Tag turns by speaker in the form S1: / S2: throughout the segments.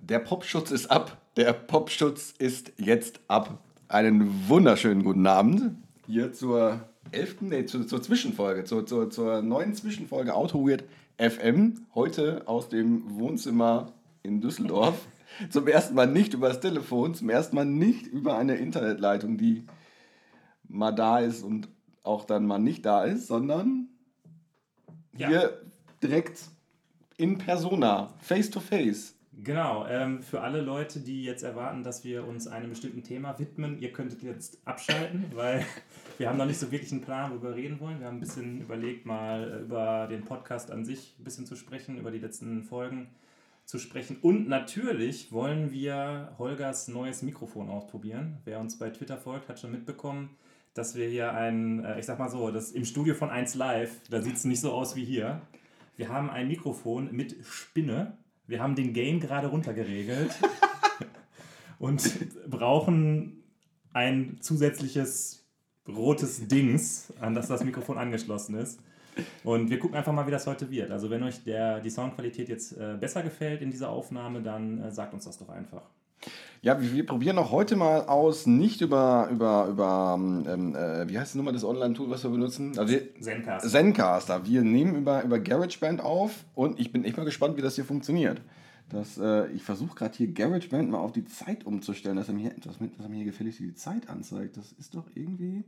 S1: Der Popschutz ist ab. Der Popschutz ist jetzt ab. Einen wunderschönen guten Abend. Hier zur 11., zur Zwischenfolge, zur neuen Zwischenfolge Auto Weird FM. Heute aus dem Wohnzimmer in Düsseldorf. Zum ersten Mal nicht über das Telefon, zum ersten Mal nicht über eine Internetleitung, die mal da ist und auch dann mal nicht da ist, sondern hier direkt in persona, face to face.
S2: Genau, für alle Leute, die jetzt erwarten, dass wir uns einem bestimmten Thema widmen, ihr könntet jetzt abschalten, weil wir haben noch nicht so wirklich einen Plan, worüber wir reden wollen. Wir haben ein bisschen überlegt, mal über den Podcast an sich ein bisschen zu sprechen, über die letzten Folgen zu sprechen. Und natürlich wollen wir Holgers neues Mikrofon ausprobieren. Wer uns bei Twitter folgt, hat schon mitbekommen, dass wir hier ich sag mal so, das im Studio von 1 Live, da sieht es nicht so aus wie hier. Wir haben ein Mikrofon mit Spinne. Wir haben den Gain gerade runtergeregelt und brauchen ein zusätzliches rotes Dings, an das Mikrofon angeschlossen ist. Und wir gucken einfach mal, wie das heute wird. Also wenn euch die Soundqualität jetzt besser gefällt in dieser Aufnahme, dann sagt uns das doch einfach.
S1: Ja, wir probieren auch heute mal aus, nicht über wie heißt die Nummer des Online-Tool, was wir benutzen? Also Zencastr. Wir nehmen über GarageBand auf und ich bin echt mal gespannt, wie das hier funktioniert. Ich versuche gerade hier GarageBand mal auf die Zeit umzustellen, dass er mir hier gefälligst die Zeit anzeigt. Das ist doch irgendwie...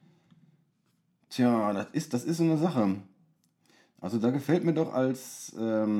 S1: Tja, das ist so eine Sache. Also da gefällt mir doch als...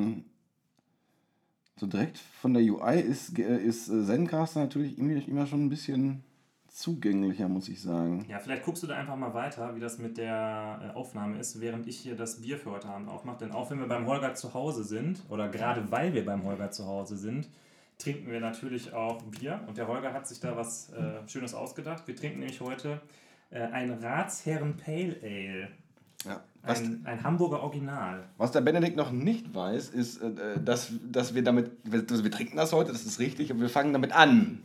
S1: So direkt von der UI ist Zencastr natürlich immer schon ein bisschen zugänglicher, muss ich sagen.
S2: Ja, vielleicht guckst du da einfach mal weiter, wie das mit der Aufnahme ist, während ich hier das Bier für heute Abend aufmache. Denn auch wenn wir beim Holger zu Hause sind, oder gerade weil wir beim Holger zu Hause sind, trinken wir natürlich auch Bier. Und der Holger hat sich da was Schönes ausgedacht. Wir trinken nämlich heute ein Ratsherren Pale Ale.
S1: Ja.
S2: Ein Hamburger Original.
S1: Was der Benedikt noch nicht weiß, ist, dass wir trinken das heute, das ist richtig, und wir fangen damit an.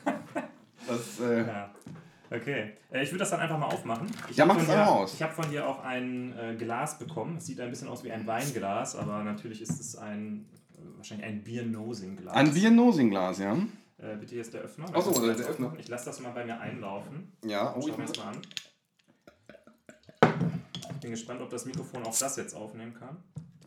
S2: Ja. Okay. Ich würde das dann einfach mal aufmachen.
S1: Mach es einmal aus.
S2: Ich habe von dir auch ein Glas bekommen. Es sieht ein bisschen aus wie ein Weinglas, aber natürlich ist es wahrscheinlich ein Bier-Nosing-Glas.
S1: Ein Bier-Nosing-Glas, ja.
S2: Bitte, hier ist der Öffner.
S1: Achso, der Öffner.
S2: Ich lasse das mal bei mir einlaufen.
S1: Ja,
S2: Schauen wir es mal an. Ich bin gespannt, ob das Mikrofon auch das jetzt aufnehmen kann.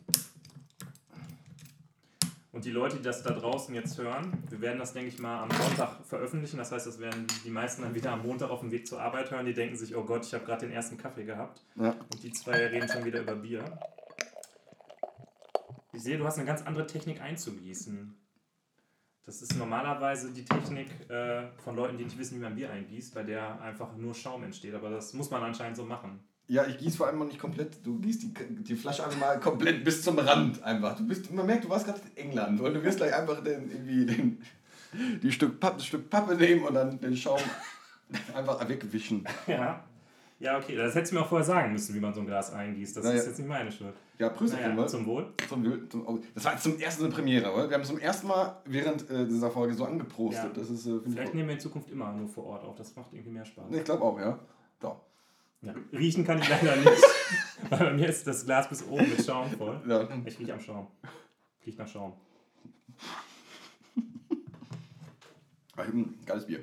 S2: Und die Leute, die das da draußen jetzt hören, wir werden das, denke ich mal, am Sonntag veröffentlichen. Das heißt, das werden die meisten dann wieder am Montag auf dem Weg zur Arbeit hören. Die denken sich, oh Gott, ich habe gerade den ersten Kaffee gehabt. Ja. Und die zwei reden schon wieder über Bier. Ich sehe, du hast eine ganz andere Technik einzugießen. Das ist normalerweise die Technik von Leuten, die nicht wissen, wie man Bier eingießt, bei der einfach nur Schaum entsteht. Aber das muss man anscheinend so machen.
S1: Ja, ich gieße vor allem mal nicht komplett. Du gießt die Flasche einfach mal komplett bis zum Rand einfach. Man merkt, du warst gerade in England und du wirst gleich einfach die Stück Pappe nehmen und dann den Schaum einfach wegwischen.
S2: Ja, okay. Das hättest du mir auch vorher sagen müssen, wie man so ein Glas eingießt. Das ist jetzt nicht meine Schuld.
S1: Ja, Prüß auf jeden Fall.
S2: Zum Wohl.
S1: Das war jetzt zum ersten eine Premiere, oder? Wir haben es zum ersten Mal während dieser Folge so angeprostet.
S2: Ja.
S1: Das ist,
S2: vielleicht nehmen wir in Zukunft immer nur vor Ort auf. Das macht irgendwie mehr Spaß.
S1: Ich glaube auch, ja. Doch.
S2: Ja. Riechen kann ich leider nicht, weil bei mir ist das Glas bis oben mit Schaum voll. Ja. Ich rieche am Schaum. Riecht nach Schaum.
S1: Geiles Bier.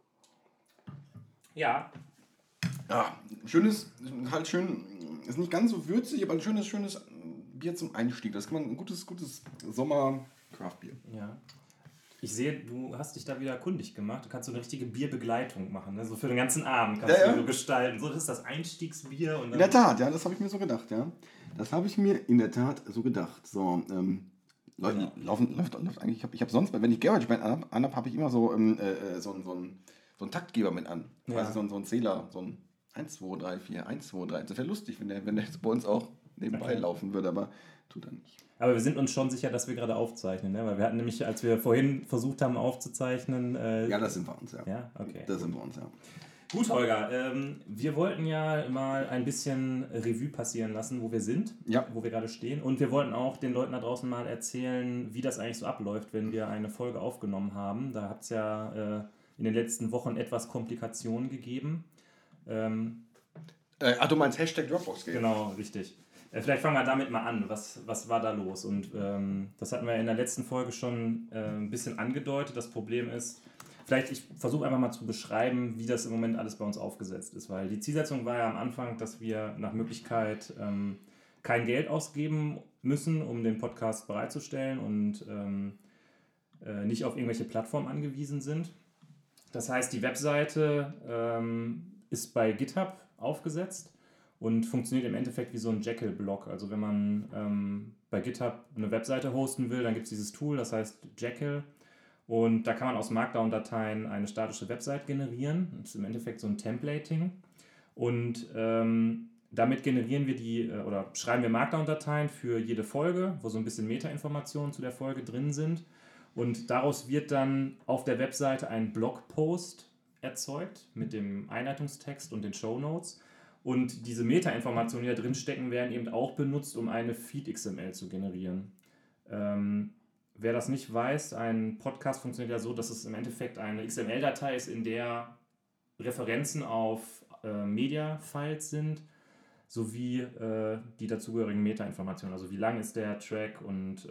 S2: Ja.
S1: Ja, schönes, halt schön, ist nicht ganz so würzig, aber ein schönes Bier zum Einstieg. Das kann man ein gutes Sommer-Craft-Bier.
S2: Ja. Ich sehe, du hast dich da wieder kundig gemacht. Du kannst so eine richtige Bierbegleitung machen. Ne? So für den ganzen Abend kannst du so gestalten. So, das ist das Einstiegsbier. Und dann
S1: in der Tat, ja, das habe ich mir so gedacht, ja. Das habe ich mir in der Tat so gedacht. So, läuft eigentlich. Ich habe sonst, wenn ich GarageBand anhab, habe ich immer so einen Taktgeber mit an. Ja. Also so ein Zähler, so ein 1, 2, 3, 4, 1, 2, 3. Das wäre lustig, wenn der jetzt bei uns auch nebenbei laufen würde, aber tut er nicht.
S2: Aber wir sind uns schon sicher, dass wir gerade aufzeichnen, ne? Weil wir hatten nämlich, als wir vorhin versucht haben aufzuzeichnen...
S1: ja, das sind wir uns, ja.
S2: Ja, okay.
S1: Das sind wir uns, ja.
S2: Gut, Holger, wir wollten ja mal ein bisschen Revue passieren lassen, wo wir sind, wo wir gerade stehen. Und wir wollten auch den Leuten da draußen mal erzählen, wie das eigentlich so abläuft, wenn wir eine Folge aufgenommen haben. Da hat es ja in den letzten Wochen etwas Komplikationen gegeben.
S1: Du meinst Hashtag Dropbox Game?
S2: Genau, richtig. Vielleicht fangen wir damit mal an. Was war da los? Und das hatten wir in der letzten Folge schon ein bisschen angedeutet. Das Problem ist, ich versuche einfach mal zu beschreiben, wie das im Moment alles bei uns aufgesetzt ist. Weil die Zielsetzung war ja am Anfang, dass wir nach Möglichkeit kein Geld ausgeben müssen, um den Podcast bereitzustellen und nicht auf irgendwelche Plattformen angewiesen sind. Das heißt, die Webseite ist bei GitHub aufgesetzt und funktioniert im Endeffekt wie so ein Jekyll-Blog. Also wenn man bei GitHub eine Webseite hosten will, dann gibt es dieses Tool, das heißt Jekyll. Und da kann man aus Markdown-Dateien eine statische Website generieren. Das ist im Endeffekt so ein Templating. Und damit generieren wir oder schreiben wir Markdown-Dateien für jede Folge, wo so ein bisschen Metainformationen zu der Folge drin sind. Und daraus wird dann auf der Webseite ein Blogpost erzeugt mit dem Einleitungstext und den Shownotes. Und diese Metainformationen, die da drin stecken, werden eben auch benutzt, um eine Feed-XML zu generieren. Wer das nicht weiß, ein Podcast funktioniert ja so, dass es im Endeffekt eine XML-Datei ist, in der Referenzen auf Media-Files sind, sowie die dazugehörigen Metainformationen. Also wie lang ist der Track und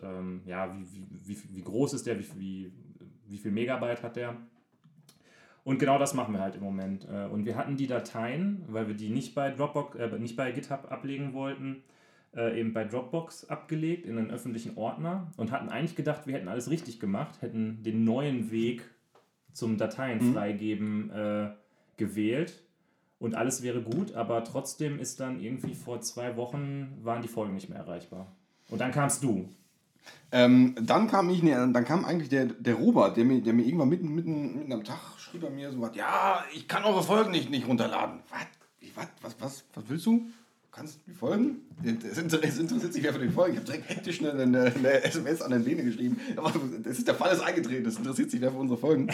S2: wie groß ist der, wie viel Megabyte hat der. Und genau das machen wir halt im Moment. Und wir hatten die Dateien, weil wir die nicht bei GitHub ablegen wollten, eben bei Dropbox abgelegt in einen öffentlichen Ordner und hatten eigentlich gedacht, wir hätten alles richtig gemacht, hätten den neuen Weg zum Dateien freigeben gewählt und alles wäre gut, aber trotzdem ist dann irgendwie vor 2 Wochen waren die Folgen nicht mehr erreichbar. Und dann kamst du.
S1: Dann kam eigentlich der Robert, der mir irgendwann mitten am Tag schrieb er mir so, ja, ich kann eure Folgen nicht runterladen. Was willst du? Du kannst die Folgen? Es interessiert sich wer von den Folgen. Ich habe direkt hektisch eine SMS an den Bene geschrieben. Aber der Fall ist eingetreten, es interessiert sich wer für unsere Folgen.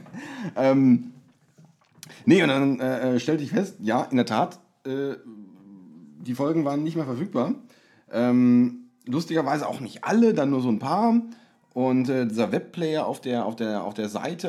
S1: Und dann stellte ich fest, ja, in der Tat, die Folgen waren nicht mehr verfügbar. Lustigerweise auch nicht alle, dann nur so ein paar. Und dieser Webplayer auf der Seite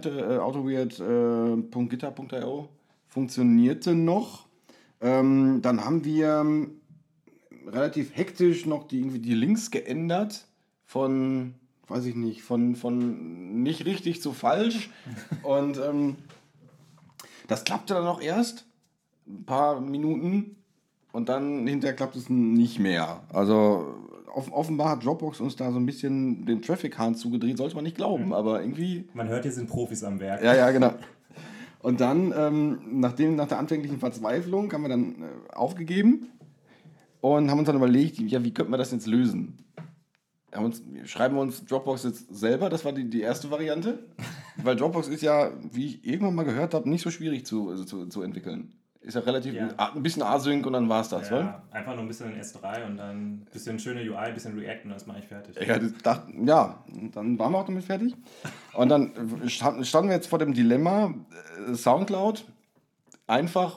S1: autoweird.github.io funktionierte noch. Dann haben wir relativ hektisch noch die Links geändert von, weiß ich nicht, von nicht richtig zu falsch. Und das klappte dann auch erst ein paar Minuten. Und dann hinterher klappt es nicht mehr. Also offenbar hat Dropbox uns da so ein bisschen den Traffic-Hahn zugedreht, sollte man nicht glauben, aber irgendwie...
S2: Man hört, hier sind Profis am Werk.
S1: Ja, genau. Und dann, nach der anfänglichen Verzweiflung, haben wir dann aufgegeben und haben uns dann überlegt, ja, wie könnten wir das jetzt lösen? Schreiben wir uns Dropbox jetzt selber, das war die erste Variante, weil Dropbox ist ja, wie ich irgendwann mal gehört habe, nicht so schwierig zu entwickeln. Ist ja relativ ein bisschen Async und dann war es das,
S2: ja,
S1: oder?
S2: Einfach nur ein bisschen in S3 und dann ein bisschen schöne UI, ein bisschen React und dann ist man eigentlich fertig.
S1: Dann waren wir auch damit fertig. Und dann standen wir jetzt vor dem Dilemma, Soundcloud, einfach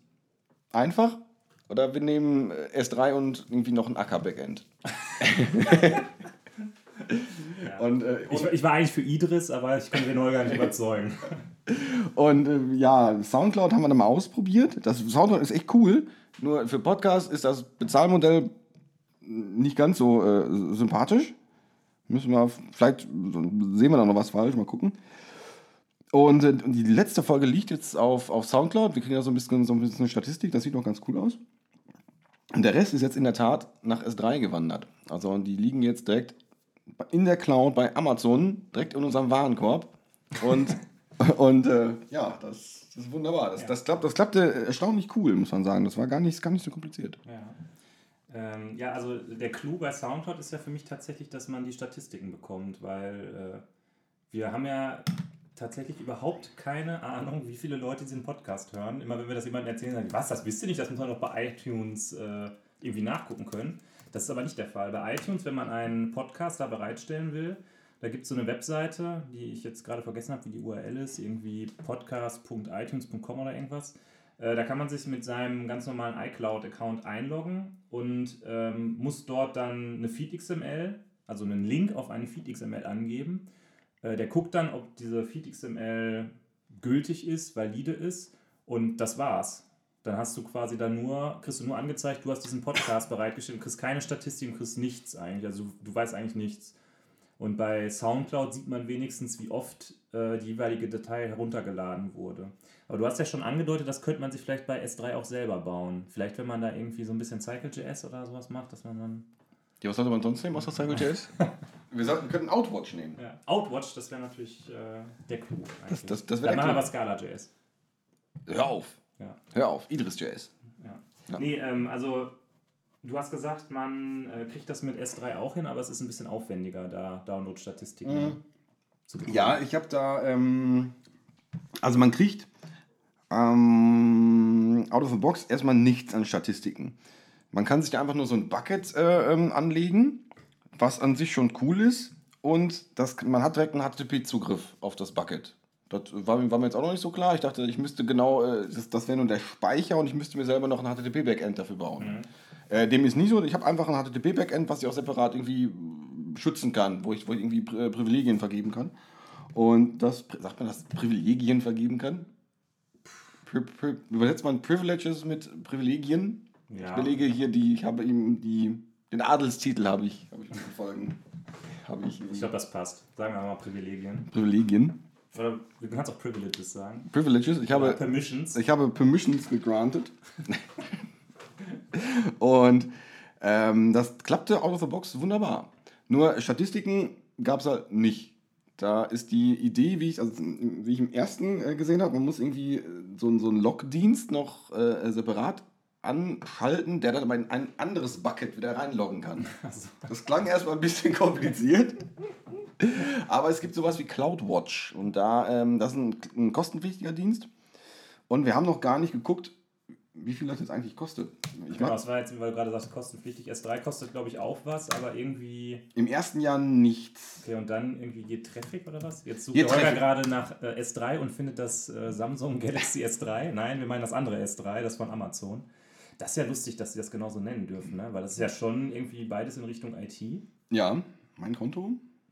S1: oder wir nehmen S3 und irgendwie noch ein Acker-Backend.
S2: Ja. Und, ich war eigentlich für Idris, aber ich konnte den Holger nicht überzeugen.
S1: Und Soundcloud haben wir dann mal ausprobiert. Das Soundcloud ist echt cool. Nur für Podcast ist das Bezahlmodell nicht ganz so sympathisch. Vielleicht sehen wir da noch was falsch, mal gucken. Und die letzte Folge liegt jetzt auf Soundcloud. Wir kriegen ja so ein bisschen Statistik, das sieht noch ganz cool aus. Und der Rest ist jetzt in der Tat nach S3 gewandert. Also die liegen jetzt direkt in der Cloud bei Amazon, direkt in unserem Warenkorb. Und das ist wunderbar. Das klappte erstaunlich cool, muss man sagen. Das war gar nicht so kompliziert.
S2: Ja. Also der Clou bei Soundcloud ist ja für mich tatsächlich, dass man die Statistiken bekommt, weil wir haben ja tatsächlich überhaupt keine Ahnung, wie viele Leute diesen Podcast hören. Immer wenn wir das jemandem erzählen, sagen die, was, das wisst ihr nicht, das muss man doch bei iTunes irgendwie nachgucken können. Das ist aber nicht der Fall. Bei iTunes, wenn man einen Podcast da bereitstellen will, da gibt es so eine Webseite, die ich jetzt gerade vergessen habe, wie die URL ist, irgendwie podcast.itunes.com oder irgendwas. Da kann man sich mit seinem ganz normalen iCloud-Account einloggen und muss dort dann eine Feed.xml, also einen Link auf eine Feed.xml angeben. Der guckt dann, ob diese Feed.xml gültig ist, valide ist und das war's. dann hast du quasi kriegst du nur angezeigt, du hast diesen Podcast bereitgestellt, kriegst keine Statistik und kriegst nichts eigentlich. Also du weißt eigentlich nichts. Und bei Soundcloud sieht man wenigstens, wie oft die jeweilige Datei heruntergeladen wurde. Aber du hast ja schon angedeutet, das könnte man sich vielleicht bei S3 auch selber bauen. Vielleicht, wenn man da irgendwie so ein bisschen Cycle.js oder sowas macht, dass man dann...
S1: Ja, was sollte man sonst nehmen außer Cycle.js? Wir könnten Outwatch nehmen.
S2: Ja. Outwatch, das wäre natürlich der Clou.
S1: Das wäre
S2: dann machen wir aber Scala.js.
S1: Hör auf.
S2: Ja.
S1: Hör auf. Idris.js.
S2: Ja. Nee, also du hast gesagt, man kriegt das mit S3 auch hin, aber es ist ein bisschen aufwendiger, da Download-Statistiken zu bekommen.
S1: Ja, ich habe da... also man kriegt out of the box erstmal nichts an Statistiken. Man kann sich da einfach nur so ein Bucket anlegen, was an sich schon cool ist. Und man hat direkt einen HTTP-Zugriff auf das Bucket. Das war mir jetzt auch noch nicht so klar. Ich dachte, ich müsste das wäre nur der Speicher und ich müsste mir selber noch ein HTTP-Backend dafür bauen. Dem ist nie so. Ich habe einfach ein HTTP-Backend, was ich auch separat irgendwie schützen kann, wo ich irgendwie Privilegien vergeben kann. Und sagt man das, Privilegien vergeben kann? Übersetzt man Privileges mit Privilegien? Ja. Ich belege hier ich habe ihm den Adelstitel habe ich mit den Folgen.
S2: Ich glaube, das passt. Sagen wir mal Privilegien.
S1: Privilegien.
S2: Oder du kannst auch Privileges sagen.
S1: Privileges. Ich habe Permissions gegrantet. Und das klappte out of the box wunderbar. Nur Statistiken gab es halt nicht. Da ist die Idee, wie ich im ersten gesehen habe, man muss irgendwie so einen Logdienst noch separat anschalten, der dann aber in ein anderes Bucket wieder reinloggen kann. Also. Das klang erstmal ein bisschen kompliziert. Aber es gibt sowas wie CloudWatch. Und das ist ein kostenpflichtiger Dienst. Und wir haben noch gar nicht geguckt, wie viel das jetzt eigentlich kostet.
S2: Genau, das war jetzt, weil du gerade sagst, kostenpflichtig. S3 kostet, glaube ich, auch was, aber irgendwie...
S1: Im ersten Jahr nichts.
S2: Okay, und dann irgendwie geht Traffic oder was? Jetzt sucht Holger gerade nach S3 und findet das Samsung Galaxy S3. Nein, wir meinen das andere S3, das von Amazon. Das ist ja lustig, dass sie das genauso nennen dürfen, ne? Weil das ist ja schon irgendwie beides in Richtung IT.
S1: Ja, mein Konto.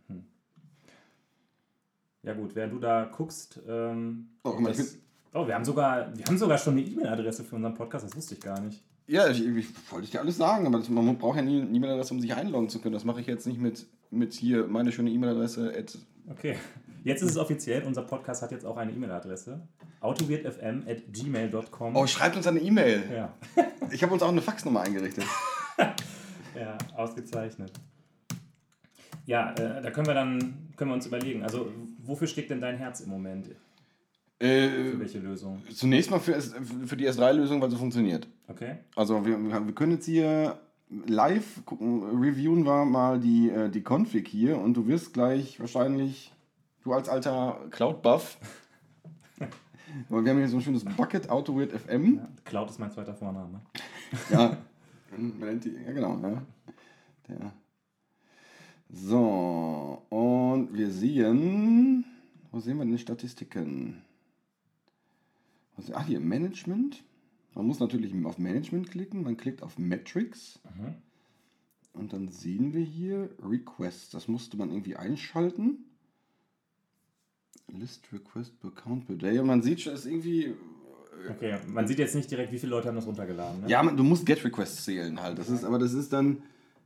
S2: Ja gut, während du da guckst...
S1: wir
S2: haben sogar schon eine E-Mail-Adresse für unseren Podcast, das wusste ich gar nicht.
S1: Ja, ich wollte dir alles sagen, aber man braucht ja nie eine E-Mail-Adresse, um sich einloggen zu können. Das mache ich jetzt nicht mit hier meine schöne E-Mail-Adresse.
S2: Okay, jetzt ist es offiziell, unser Podcast hat jetzt auch eine E-Mail-Adresse. autowirtfm@gmail.com.
S1: Oh, schreibt uns eine E-Mail.
S2: Ja.
S1: Ich habe uns auch eine Faxnummer eingerichtet.
S2: Ja, ausgezeichnet. Ja, da können wir uns überlegen. Also, wofür schlägt denn dein Herz im Moment? Für welche Lösung?
S1: Zunächst mal für die S3-Lösung, weil sie funktioniert.
S2: Okay.
S1: Also wir können jetzt hier live gucken, reviewen wir mal die Config hier und du wirst gleich wahrscheinlich, du als alter Cloud-Buff, weil wir haben hier so ein schönes Bucket, AutoWeirdFM.
S2: Ja, Cloud ist mein zweiter Vorname.
S1: Ja, ja genau. Ja. So, und wir sehen, wo sehen wir denn die Statistiken? Hier, Management. Man muss natürlich auf Management klicken. Man klickt auf Metrics. Und dann sehen wir hier Requests. Das musste man irgendwie einschalten. List Request per Account per Day. Und man sieht schon, es ist irgendwie...
S2: Okay, man sieht jetzt nicht direkt, wie viele Leute haben das runtergeladen. Ne?
S1: Ja, du musst Get Requests zählen halt. Das ist dann...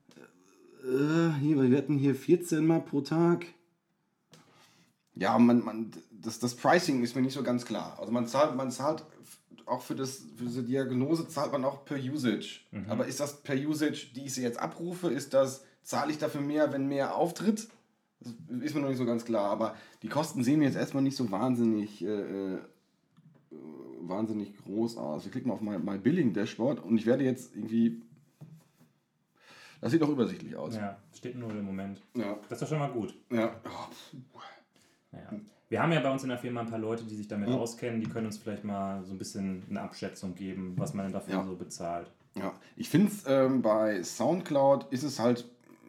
S1: wir hatten hier 14 Mal pro Tag. Ja, das Pricing ist mir nicht so ganz klar. Also man zahlt auch für diese Diagnose zahlt man auch per Usage. Aber ist das per Usage, die ich jetzt abrufe? Zahle ich dafür mehr, wenn mehr auftritt? Das ist mir noch nicht so ganz klar. Aber die Kosten sehen mir jetzt erstmal nicht so wahnsinnig groß aus. Wir klicken mal auf mein Billing Dashboard und ich werde jetzt irgendwie... Das sieht doch übersichtlich aus.
S2: Ja, steht 0 im Moment.
S1: Ja.
S2: Das ist doch schon mal gut.
S1: Ja.
S2: Ja. Wir haben ja bei uns in der Firma ein paar Leute, die sich damit auskennen, die können uns vielleicht mal so ein bisschen eine Abschätzung geben, was man denn dafür so bezahlt. Ja, ich finde es bei Soundcloud ist es halt,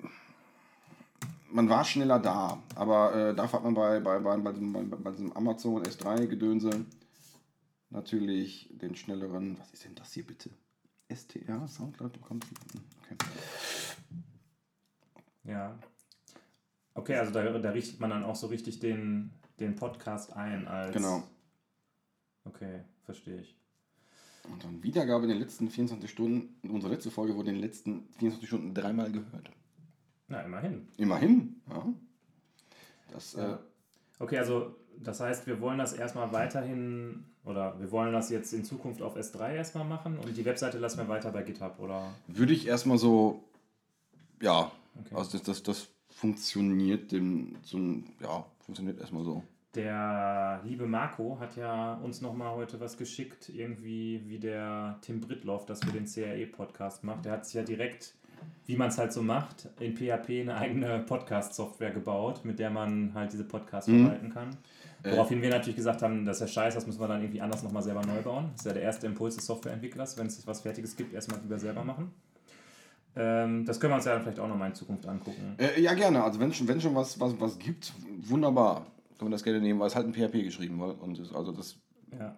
S2: man war schneller da, aber dafür hat man bei diesem Amazon S3-Gedönse natürlich den schnelleren, was ist denn das hier bitte? STR, Soundcloud, okay. Ja. Okay, also da richtet man dann auch so richtig den Podcast ein als... Genau. Okay, verstehe ich.
S1: Und dann Wiedergabe in den letzten 24 Stunden. Unsere letzte Folge wurde in den letzten 24 Stunden 3-mal gehört.
S2: Na, immerhin.
S1: Immerhin, ja. Das,
S2: Okay, also das heißt, wir wollen das erstmal weiterhin, oder wir wollen das jetzt in Zukunft auf S3 erstmal machen und die Webseite lassen wir weiter bei GitHub, oder?
S1: würde ich erstmal so, ja,
S2: Okay.
S1: also das funktioniert funktioniert erstmal so.
S2: Der liebe Marco hat ja uns nochmal heute was geschickt, irgendwie wie der Tim Brittloff, das für den CRE-Podcast macht. Der hat sich ja direkt, wie man es halt so macht, in PHP eine eigene Podcast-Software gebaut, mit der man halt diese Podcasts verwalten kann. Woraufhin wir natürlich gesagt haben, das ist ja scheiße, das müssen wir dann irgendwie anders nochmal selber neu bauen. Das ist ja der erste Impuls des Softwareentwicklers, wenn es was Fertiges gibt, erstmal lieber selber machen. Das können wir uns ja dann vielleicht auch nochmal in Zukunft angucken.
S1: Ja, gerne. Also wenn schon was gibt, wunderbar. Können wir das gerne nehmen, weil es halt in PHP geschrieben wird. Und
S2: Ja.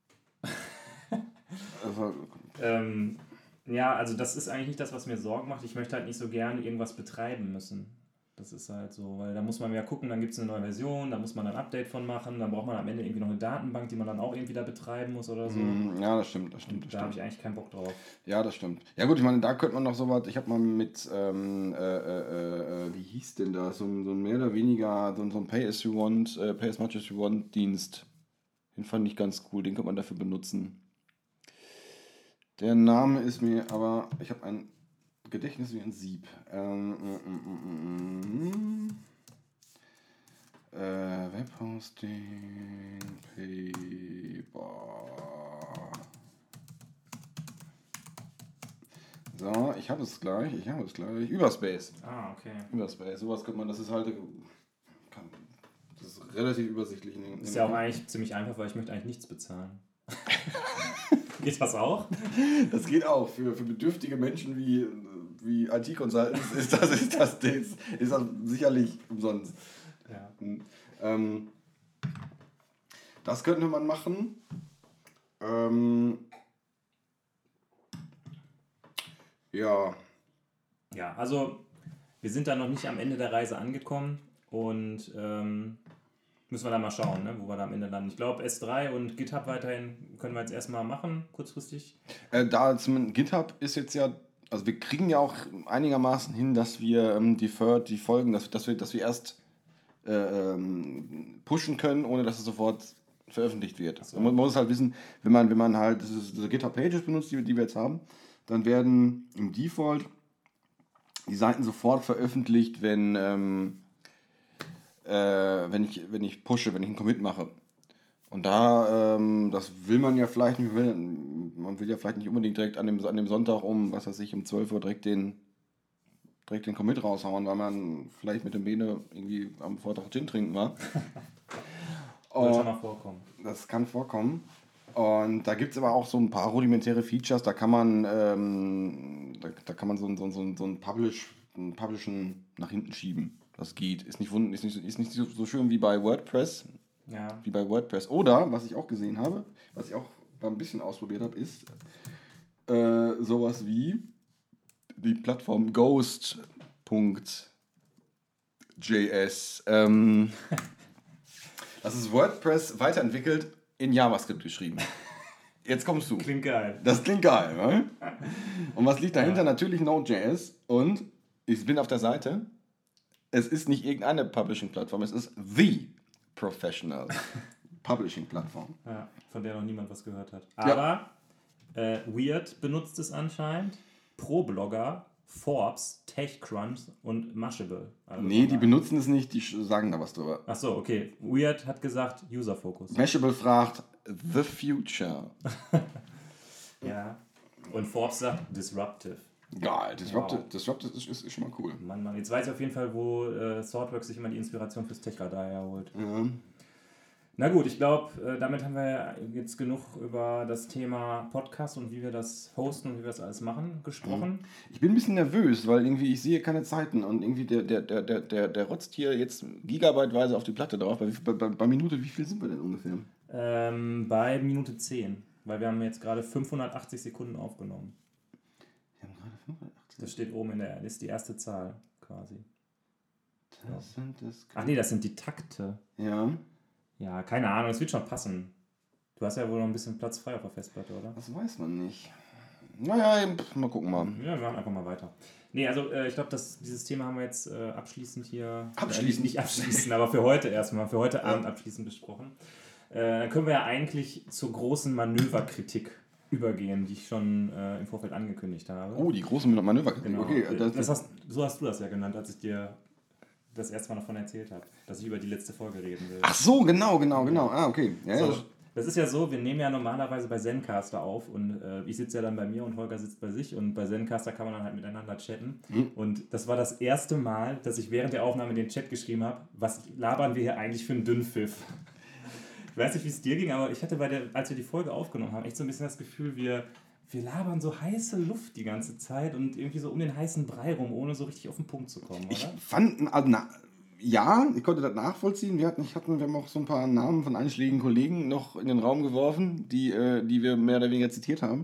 S1: Also,
S2: Ja, also das ist eigentlich nicht das, was mir Sorgen macht. Ich möchte halt nicht so gerne irgendwas betreiben müssen. Das ist halt so, weil da muss man ja gucken, dann gibt es eine neue Version, da muss man ein Update von machen, dann braucht man am Ende irgendwie noch eine Datenbank, die man dann auch irgendwie da betreiben muss oder so.
S1: Ja, das stimmt.
S2: Da habe ich eigentlich keinen Bock drauf.
S1: Ja, das stimmt. Ja gut, ich meine, da könnte man noch so was, ich habe mal mit, wie hieß denn das, so ein mehr oder weniger, so ein Pay-as-you-want, Pay-as-much-as-you-want Dienst. Den fand ich ganz cool, den könnte man dafür benutzen. Der Name ist mir, aber ich habe ein Gedächtnis wie ein Sieb. Webhosting, Paper. So, ich habe es gleich. Überspace.
S2: Ah, okay.
S1: Überspace, sowas könnte man, das ist halt, das ist relativ übersichtlich.
S2: Ist ja auch eigentlich ziemlich einfach, weil ich möchte eigentlich nichts bezahlen. Geht das auch?
S1: Das geht auch. Für bedürftige Menschen wie IT-Consultants ist das sicherlich umsonst.
S2: Ja.
S1: Das könnte man machen. Ja.
S2: Ja, also wir sind da noch nicht am Ende der Reise angekommen und müssen wir da mal schauen, ne, wo wir da am Ende landen. Ich glaube, S3 und GitHub weiterhin können wir jetzt erstmal machen, kurzfristig.
S1: GitHub ist jetzt ja, also wir kriegen ja auch einigermaßen hin, dass wir die Folgen, dass wir erst pushen können, ohne dass es sofort veröffentlicht wird. So. Man muss halt wissen, wenn man halt diese GitHub-Pages benutzt, die wir jetzt haben, dann werden im Default die Seiten sofort veröffentlicht, wenn ich pushe, wenn ich einen Commit mache. Und da, das will man ja vielleicht nicht, man will ja vielleicht nicht unbedingt direkt an dem Sonntag um 12 Uhr direkt den Commit raushauen, weil man vielleicht mit dem Bene irgendwie am Vortag Gin trinken war.
S2: Kann schon mal vorkommen.
S1: Das kann vorkommen. Und da gibt es aber auch so ein paar rudimentäre Features, da kann man so ein Publishen nach hinten schieben. Das geht. Ist nicht so schön wie bei WordPress.
S2: Ja.
S1: Wie bei WordPress. Oder, was ich auch gesehen habe, was ich auch mal ein bisschen ausprobiert habe, ist sowas wie die Plattform Ghost.js. Das ist WordPress weiterentwickelt in JavaScript geschrieben. Jetzt kommst du.
S2: Klingt geil.
S1: Das klingt geil, ne? Und was liegt dahinter? Ja. Natürlich Node.js. Und ich bin auf der Seite. Es ist nicht irgendeine Publishing-Plattform, es ist the Professional Publishing-Plattform.
S2: Ja, von der noch niemand was gehört hat. Aber Weird benutzt es anscheinend. ProBlogger, Forbes, TechCrunch und Mashable. Also
S1: nee, die benutzen es nicht, die sagen da was drüber.
S2: Ach so, okay. Weird hat gesagt User-Focus.
S1: Mashable fragt The Future.
S2: Ja. Und Forbes sagt Disruptive.
S1: Geil, Disruptive ist schon mal cool.
S2: Mann, jetzt weiß ich auf jeden Fall, wo ThoughtWorks sich immer die Inspiration fürs Tech-Radar herholt.
S1: Ja.
S2: Na gut, ich glaube, damit haben wir jetzt genug über das Thema Podcast und wie wir das hosten und wie wir das alles machen gesprochen.
S1: Ich bin ein bisschen nervös, weil irgendwie ich sehe keine Zeiten und irgendwie der rotzt hier jetzt gigabyteweise auf die Platte drauf. Bei Minute, wie viel sind wir denn ungefähr?
S2: Bei Minute 10, weil wir haben jetzt gerade 580 Sekunden aufgenommen.
S1: Wir haben gerade 580?
S2: Das steht oben das ist die erste Zahl quasi.
S1: Das
S2: Ach nee, das sind die Takte.
S1: Ja.
S2: Ja, keine Ahnung, es wird schon passen. Du hast ja wohl noch ein bisschen Platz frei auf der Festplatte, oder?
S1: Das weiß man nicht. Naja, mal gucken mal.
S2: Ja, wir machen einfach mal weiter. Nee, also ich glaube, dieses Thema haben wir jetzt abschließend hier...
S1: Abschließend?
S2: Nicht abschließend, aber für heute erstmal, für heute Abend abschließend besprochen. Dann können wir ja eigentlich zur großen Manöverkritik übergehen, die ich schon im Vorfeld angekündigt habe.
S1: Oh, die großen Manöverkritik.
S2: Genau.
S1: Okay,
S2: so hast du das ja genannt, als ich dir das erste Mal davon erzählt habe, dass ich über die letzte Folge reden will.
S1: Ach so, genau. Ah, okay. Ja,
S2: so, das ist ja so, wir nehmen ja normalerweise bei Zencaster auf und ich sitze ja dann bei mir und Holger sitzt bei sich und bei Zencaster kann man dann halt miteinander chatten. Und das war das erste Mal, dass ich während der Aufnahme in den Chat geschrieben habe, was labern wir hier eigentlich für einen Dünnpfiff? Ich weiß nicht, wie es dir ging, aber ich hatte als wir die Folge aufgenommen haben, echt so ein bisschen das Gefühl, wir labern so heiße Luft die ganze Zeit und irgendwie so um den heißen Brei rum, ohne so richtig auf den Punkt zu kommen, oder?
S1: Ich fand, ja, ich konnte das nachvollziehen. Wir haben auch so ein paar Namen von einschlägigen Kollegen noch in den Raum geworfen, die wir mehr oder weniger zitiert haben.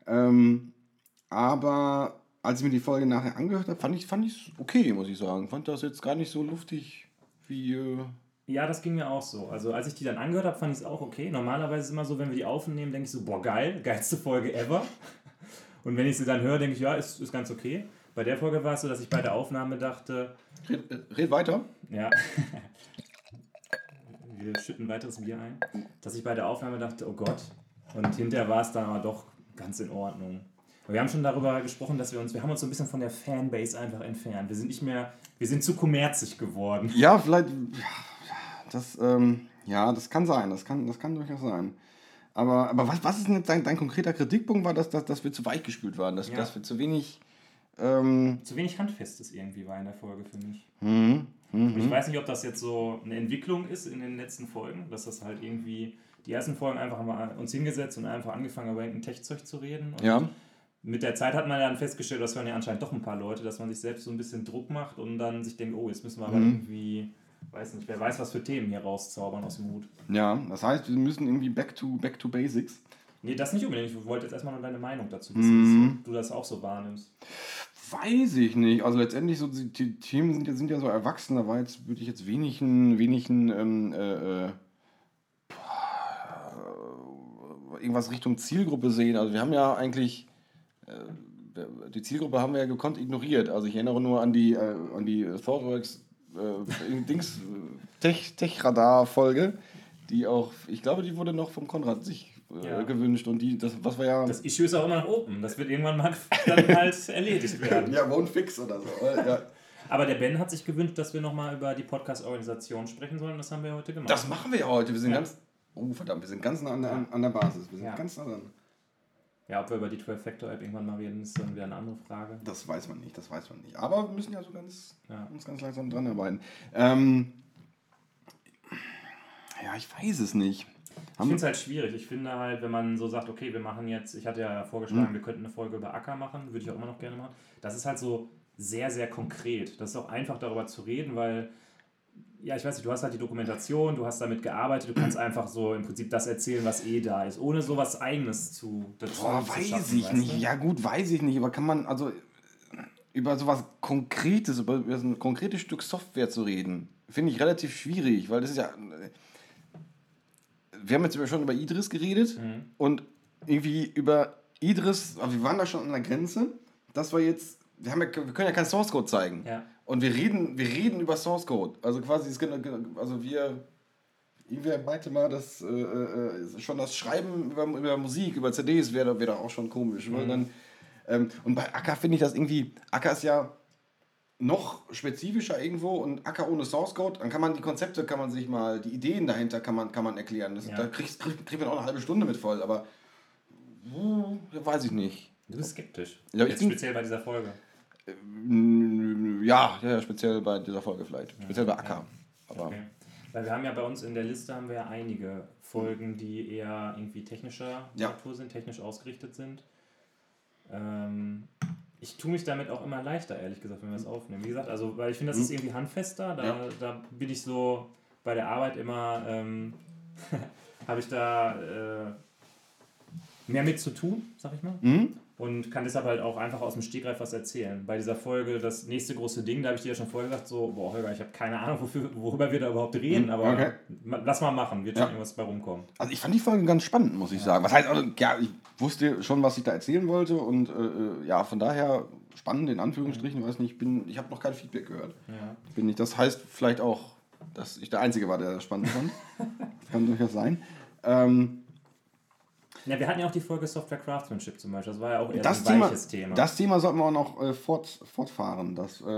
S1: Aber als ich mir die Folge nachher angehört habe, fand ich es okay, muss ich sagen. Fand das jetzt gar nicht so luftig wie...
S2: Ja, das ging mir auch so. Also als ich die dann angehört habe, fand ich es auch okay. Normalerweise ist es immer so, wenn wir die aufnehmen, denke ich so, boah, geil, geilste Folge ever. Und wenn ich sie dann höre, denke ich, ja, ist ganz okay. Bei der Folge war es so, dass ich bei der Aufnahme dachte...
S1: Red weiter.
S2: Ja. Wir schütten weiteres Bier ein. Dass ich bei der Aufnahme dachte, oh Gott. Und hinterher war es dann aber doch ganz in Ordnung. Und wir haben schon darüber gesprochen, dass wir haben uns so ein bisschen von der Fanbase einfach entfernt. Wir sind zu kommerzig geworden.
S1: Ja, vielleicht... Das kann sein. Das kann durchaus sein. Aber was ist denn jetzt dein konkreter Kritikpunkt? War, dass wir zu weich gespült waren? Dass wir zu wenig...
S2: Zu wenig Handfestes irgendwie war in der Folge für mich. Ich weiß nicht, ob das jetzt so eine Entwicklung ist in den letzten Folgen, dass das halt irgendwie... Die ersten Folgen einfach haben wir uns hingesetzt und einfach angefangen, über irgendein Tech-Zeug zu reden. Und mit der Zeit hat man dann festgestellt, das hören ja anscheinend doch ein paar Leute, dass man sich selbst so ein bisschen Druck macht und dann sich denkt, oh, jetzt müssen wir aber irgendwie... Weiß nicht, wer weiß, was für Themen hier rauszaubern aus dem Hut.
S1: Ja, das heißt, wir müssen irgendwie back to basics.
S2: Nee, das nicht unbedingt. Ich wollte jetzt erstmal nur deine Meinung dazu wissen, ob du das auch so wahrnimmst.
S1: Weiß ich nicht. Also letztendlich, so die Themen sind ja so erwachsen. Da würde ich jetzt wenig irgendwas Richtung Zielgruppe sehen. Also wir haben ja eigentlich... die Zielgruppe haben wir ja gekonnt ignoriert. Also ich erinnere nur an die ThoughtWorks Tech-Radar-Folge, die auch, ich glaube, die wurde noch vom Konrad sich gewünscht und was war ja...
S2: Das Issue ist auch immer noch open, das wird irgendwann mal dann halt erledigt werden.
S1: Ja, won't fix oder so. Ja.
S2: Aber der Ben hat sich gewünscht, dass wir nochmal über die Podcast-Organisation sprechen sollen, das haben wir heute gemacht.
S1: Das machen wir ja heute, wir sind wir sind ganz nah an der Basis, wir sind ganz nah dran.
S2: Ja, ob wir über die 12-Factor-App irgendwann mal reden, ist dann wieder eine andere Frage.
S1: Das weiß man nicht. Aber wir müssen ja so uns ganz langsam dran arbeiten. Ich weiß es nicht.
S2: Ich finde es halt schwierig. Ich finde halt, wenn man so sagt, okay, wir machen jetzt, ich hatte ja vorgeschlagen, wir könnten eine Folge über Acker machen, würde ich auch immer noch gerne machen. Das ist halt so sehr, sehr konkret. Das ist auch einfach darüber zu reden, weil... Ja, ich weiß nicht, du hast halt die Dokumentation, du hast damit gearbeitet, du kannst einfach so im Prinzip das erzählen, was da ist, ohne sowas Eigenes dazu
S1: weiß
S2: schaffen,
S1: ich nicht. Ja gut, weiß ich nicht, aber kann man, also über sowas Konkretes, über ein konkretes Stück Software zu reden, finde ich relativ schwierig, weil das ist ja... Wir haben jetzt schon über Idris geredet und irgendwie über Idris, aber wir waren da schon an der Grenze, dass wir jetzt... Wir können ja keinen Source Code zeigen. Ja. Und wir reden über Source Code. Also quasi, irgendwer meinte mal, dass schon das Schreiben über Musik, über CDs wäre da auch schon komisch. Weil dann, und bei Acker finde ich das irgendwie, Acker ist ja noch spezifischer irgendwo und Acker ohne Source Code, dann kann man die Konzepte, die Ideen dahinter kann man erklären. Da kriegt man auch eine halbe Stunde mit voll, aber weiß ich nicht.
S2: Du bist skeptisch.
S1: Ja,
S2: jetzt speziell bei dieser Folge.
S1: Ja, speziell bei dieser Folge vielleicht. Speziell bei Acker. Aber
S2: okay. Weil wir haben ja bei uns in der Liste einige Folgen, die eher irgendwie technischer Natur sind, technisch ausgerichtet sind. Ich tue mich damit auch immer leichter, ehrlich gesagt, wenn wir es aufnehmen. Wie gesagt, also, weil ich finde, das ist irgendwie handfester. Da bin ich so bei der Arbeit immer, habe ich da mehr mit zu tun, sag ich mal. und kann deshalb halt auch einfach aus dem Stegreif was erzählen. Bei dieser Folge, das nächste große Ding, da habe ich dir ja schon vorher gesagt, so, boah, Holger, ich habe keine Ahnung, worüber wir da überhaupt reden, aber lass mal machen, wird schon irgendwas bei rumkommen.
S1: Also ich fand die Folge ganz spannend, muss ich sagen. Was heißt, also, ja, ich wusste schon, was ich da erzählen wollte und ja, von daher spannend in Anführungsstrichen, weiß nicht, ich habe noch kein Feedback gehört. Ja. Das heißt vielleicht auch, dass ich der Einzige war, der das spannend fand. Das kann durchaus sein.
S2: Ja, wir hatten ja auch die Folge Software Craftsmanship zum Beispiel. Das war ja auch eher ein weiches Thema.
S1: Das Thema sollten wir auch noch fortfahren.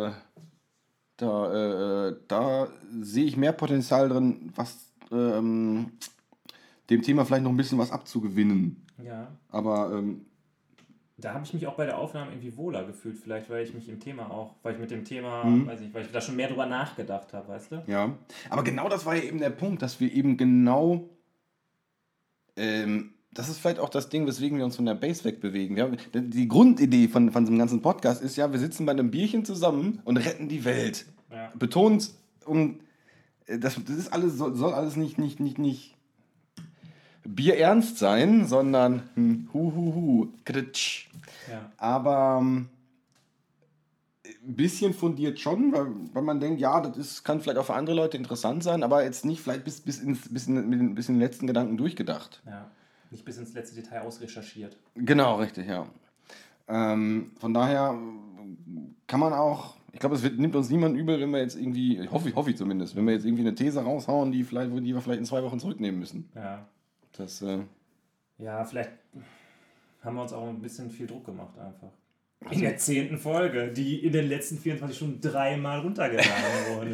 S1: Da sehe ich mehr Potenzial drin, was dem Thema vielleicht noch ein bisschen was abzugewinnen.
S2: Ja.
S1: Aber
S2: da habe ich mich auch bei der Aufnahme irgendwie wohler gefühlt, vielleicht, weil ich mit dem Thema, weiß nicht, weil ich da schon mehr drüber nachgedacht habe, weißt du?
S1: Ja, aber genau das war ja eben der Punkt, dass wir eben genau, das ist vielleicht auch das Ding, weswegen wir uns von der Base wegbewegen. Die Grundidee von diesem ganzen Podcast ist ja, wir sitzen bei einem Bierchen zusammen und retten die Welt. Ja. Betont, und das ist alles, soll alles nicht bierernst sein, sondern kritsch. Ja. Aber ein bisschen fundiert schon, weil man denkt, ja, kann vielleicht auch für andere Leute interessant sein, aber jetzt nicht vielleicht bis in den letzten Gedanken durchgedacht.
S2: Ja, nicht bis ins letzte Detail ausrecherchiert.
S1: Genau, richtig, ja. Von daher kann man auch, ich glaube, nimmt uns niemand übel, wenn wir jetzt irgendwie, hoffe ich zumindest, wenn wir jetzt irgendwie eine These raushauen, die wir vielleicht in 2 Wochen zurücknehmen müssen.
S2: Ja.
S1: Ja,
S2: vielleicht haben wir uns auch ein bisschen viel Druck gemacht einfach. In der 10. Folge, die in den letzten 24 Stunden 3-mal runtergeladen wurde.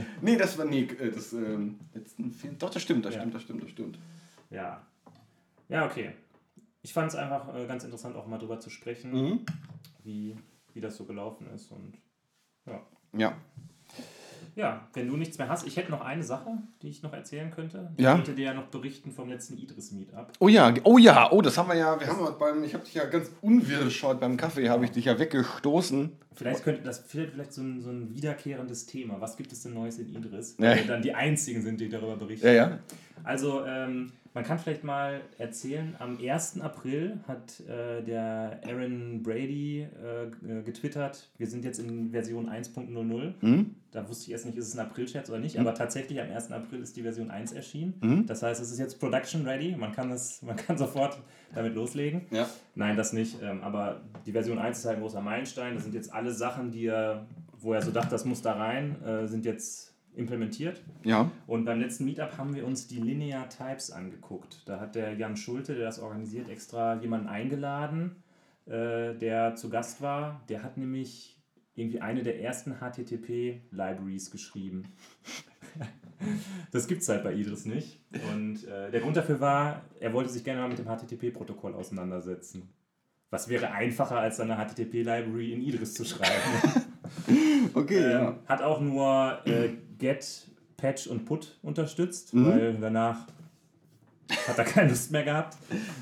S1: Doch, das stimmt.
S2: Ja. Ja, okay. Ich fand es einfach ganz interessant, auch mal drüber zu sprechen, wie das so gelaufen ist. Und
S1: ja.
S2: Ja, wenn du nichts mehr hast. Ich hätte noch eine Sache, die ich noch erzählen könnte.
S1: Ja?
S2: Ich wollte dir ja noch berichten vom letzten Idris-Meetup.
S1: Oh, das haben wir ja. Ich habe dich ja ganz unwirsch heute beim Kaffee, habe ich dich ja weggestoßen.
S2: Vielleicht könnte das vielleicht so ein wiederkehrendes Thema. Was gibt es denn Neues in Idris? Weil wir dann die Einzigen sind, die darüber berichten.
S1: Ja.
S2: Also, man kann vielleicht mal erzählen, am 1. April hat der Aaron Brady getwittert, wir sind jetzt in Version 1.00. Da wusste ich erst nicht, ist es ein April-Scherz oder nicht, aber tatsächlich am 1. April ist die Version 1 erschienen. Das heißt, es ist jetzt production ready, man kann sofort damit loslegen.
S1: Ja.
S2: Nein, das nicht, aber die Version 1 ist halt ein großer Meilenstein. Das sind jetzt alle Sachen, wo er so dachte, das muss da rein, sind jetzt implementiert.
S1: Ja.
S2: Und beim letzten Meetup haben wir uns die Linear Types angeguckt. Da hat der Jan Schulte, der das organisiert, extra jemanden eingeladen, der zu Gast war. Der hat nämlich irgendwie eine der ersten HTTP-Libraries geschrieben. Das gibt es halt bei Idris nicht. Und der Grund dafür war, er wollte sich gerne mal mit dem HTTP-Protokoll auseinandersetzen. Was wäre einfacher, als eine HTTP-Library in Idris zu schreiben?
S1: Okay,
S2: Hat auch nur Get, Patch und Put unterstützt, weil danach hat er keine Lust mehr gehabt.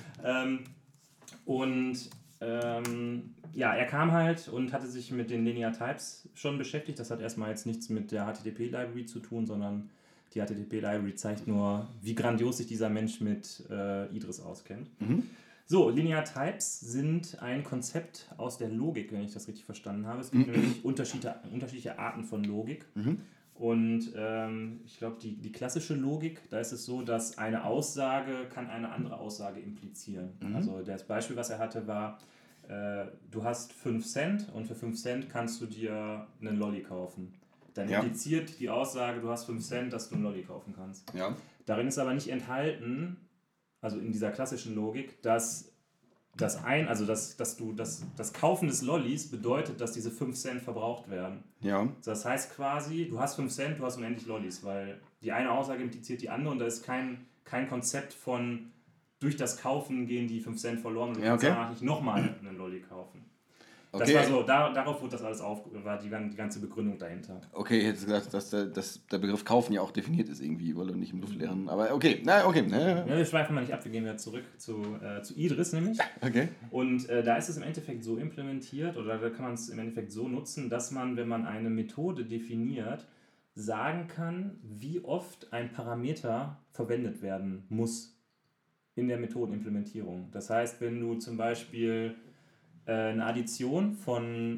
S2: Er kam halt und hatte sich mit den Linear Types schon beschäftigt. Das hat erstmal jetzt nichts mit der HTTP-Library zu tun, sondern die HTTP-Library zeigt nur, wie grandios sich dieser Mensch mit Idris auskennt. So, Linear Types sind ein Konzept aus der Logik, wenn ich das richtig verstanden habe. Es gibt nämlich unterschiedliche Arten von Logik. Und ich glaube, die klassische Logik, da ist es so, dass eine Aussage kann eine andere Aussage implizieren. Also das Beispiel, was er hatte, war, du hast 5 Cent und für 5 Cent kannst du dir einen Lolli kaufen. Dann impliziert die Aussage, du hast 5 Cent, dass du einen Lolli kaufen kannst.
S1: Ja.
S2: Darin ist aber nicht enthalten, also in dieser klassischen Logik, dass das Kaufen des Lollis bedeutet, dass diese 5 Cent verbraucht werden.
S1: Ja.
S2: Das heißt quasi, du hast 5 Cent, du hast unendlich Lollis, weil die eine Aussage impliziert die andere und da ist kein Konzept von, durch das Kaufen gehen die 5 Cent verloren und du kannst danach nicht nochmal einen Lolli kaufen. Okay. Das war so, darauf wurde das alles war die ganze Begründung dahinter.
S1: Okay, ich hätte gesagt, dass der Begriff Kaufen ja auch definiert ist irgendwie, weil er nicht im Luftleeren. Aber okay, Ja,
S2: wir schweifen mal nicht ab, wir gehen wieder zurück zu Idris nämlich.
S1: Okay.
S2: Und da ist es im Endeffekt so implementiert, oder da kann man es im Endeffekt so nutzen, dass man, wenn man eine Methode definiert, sagen kann, wie oft ein Parameter verwendet werden muss in der Methodenimplementierung. Das heißt, wenn du zum Beispiel eine Addition von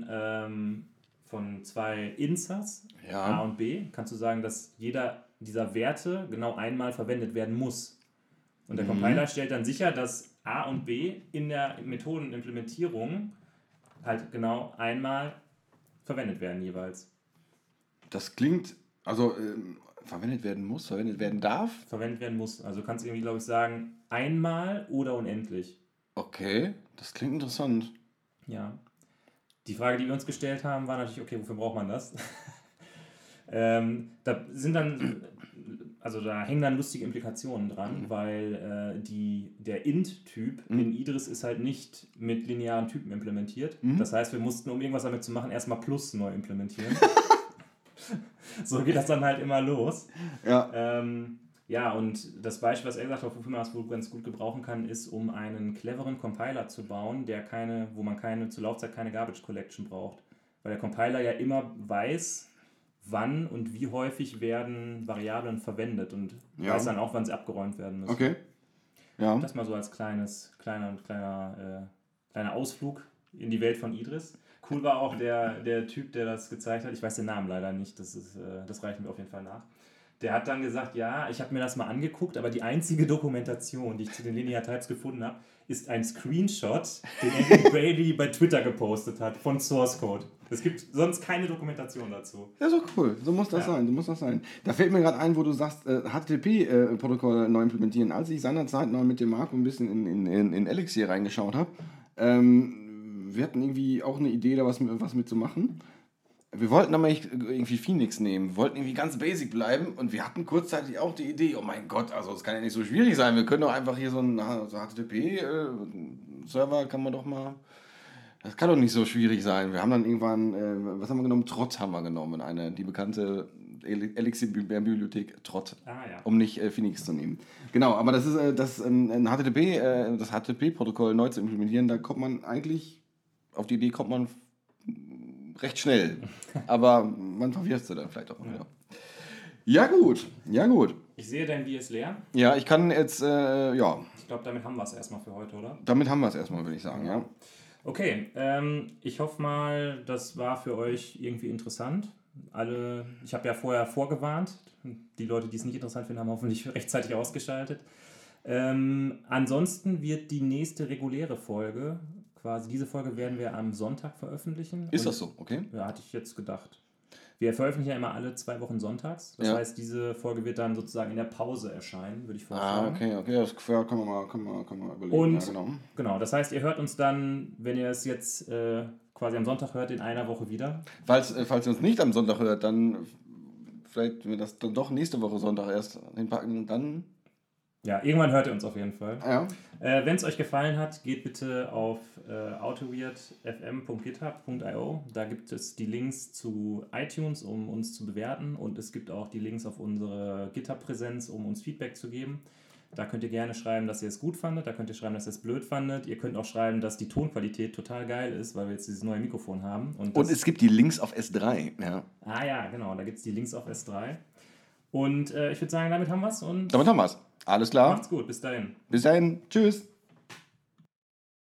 S2: zwei Insers,
S1: Ja.
S2: A und B, kannst du sagen, dass jeder dieser Werte genau einmal verwendet werden muss. Und der Compiler stellt dann sicher, dass A und B in der Methodenimplementierung halt genau einmal verwendet werden jeweils.
S1: Das klingt, also verwendet werden muss, verwendet werden darf.
S2: Verwendet werden muss. Also du kannst irgendwie, glaube ich, sagen, einmal oder unendlich.
S1: Okay, das klingt interessant.
S2: Ja. Die Frage, die wir uns gestellt haben, war natürlich, okay, wofür braucht man das? Da sind dann, also da hängen dann lustige Implikationen dran, weil der int-Typ in Idris ist halt nicht mit linearen Typen implementiert. Das heißt, wir mussten, um irgendwas damit zu machen, erstmal Plus neu implementieren. So geht das dann halt immer los.
S1: Ja.
S2: Ja, und das Beispiel, was er gesagt hat, wofür man das wohl ganz gut gebrauchen kann, ist, um einen cleveren Compiler zu bauen, wo man zur Laufzeit keine Garbage Collection braucht. Weil der Compiler ja immer weiß, wann und wie häufig werden Variablen verwendet und weiß dann auch, wann sie abgeräumt werden müssen.
S1: Okay. Ja.
S2: Das mal so als kleiner Ausflug in die Welt von Idris. Cool war auch der Typ, der das gezeigt hat. Ich weiß den Namen leider nicht, das reichen wir auf jeden Fall nach. Der hat dann gesagt, ja, ich habe mir das mal angeguckt, aber die einzige Dokumentation, die ich zu den Linear Types gefunden habe, ist ein Screenshot, den Andy Brady bei Twitter gepostet hat von Source Code. Es gibt sonst keine Dokumentation dazu.
S1: Ja, so cool. So muss das sein. Da fällt mir gerade ein, wo du sagst, HTTP-Protokoll neu implementieren. Als ich seinerzeit noch mit dem Marco ein bisschen in Elixir reingeschaut habe, wir hatten irgendwie auch eine Idee, da was mit zu machen. Wir wollten aber irgendwie Phoenix nehmen, wollten irgendwie ganz basic bleiben und wir hatten kurzzeitig auch die Idee, oh mein Gott, also das kann ja nicht so schwierig sein, wir können doch einfach hier so einen HTTP-Server, kann man doch mal, das kann doch nicht so schwierig sein. Wir haben dann irgendwann, was haben wir genommen? Trott haben wir genommen, die bekannte Elixir-Bibliothek Trott, um nicht Phoenix zu nehmen. Genau, aber das ist das HTTP-Protokoll neu zu implementieren, da kommt man eigentlich, auf die Idee kommt man recht schnell, aber man verwirrst du dann vielleicht auch wieder. Ja gut.
S2: Ich sehe, dein Bier ist leer.
S1: Ja, ich kann jetzt,
S2: Ich glaube, damit haben wir es erstmal für heute, oder?
S1: Damit haben wir es erstmal, würde ich sagen, ja.
S2: Okay, ich hoffe mal, das war für euch irgendwie interessant. Ich habe ja vorher vorgewarnt. Die Leute, die es nicht interessant finden, haben hoffentlich rechtzeitig ausgeschaltet. Ansonsten wird die nächste reguläre Folge, quasi diese Folge werden wir am Sonntag veröffentlichen.
S1: Ist das so? Okay.
S2: Ja, hatte ich jetzt gedacht. Wir veröffentlichen ja immer alle 2 Wochen sonntags. Das heißt, diese Folge wird dann sozusagen in der Pause erscheinen, würde ich vorschlagen.
S1: Okay. Das können wir mal überlegen.
S2: Und genau, das heißt, ihr hört uns dann, wenn ihr es jetzt quasi am Sonntag hört, in einer Woche wieder.
S1: Falls ihr uns nicht am Sonntag hört, dann vielleicht, wenn wir das dann doch nächste Woche Sonntag erst hinpacken, dann...
S2: Ja, irgendwann hört ihr uns auf jeden Fall.
S1: Ja.
S2: Wenn es euch gefallen hat, geht bitte auf autoweirdfm.github.io. Da gibt es die Links zu iTunes, um uns zu bewerten. Und es gibt auch die Links auf unsere GitHub-Präsenz, um uns Feedback zu geben. Da könnt ihr gerne schreiben, dass ihr es gut fandet. Da könnt ihr schreiben, dass ihr es blöd fandet. Ihr könnt auch schreiben, dass die Tonqualität total geil ist, weil wir jetzt dieses neue Mikrofon haben.
S1: Und es gibt die Links auf S3. Ja.
S2: Ah ja, genau. Da gibt es die Links auf S3. Und ich würde sagen, damit haben wir es.
S1: Damit haben wir es. Alles klar.
S2: Macht's gut. Bis dahin.
S1: Bis dahin. Tschüss.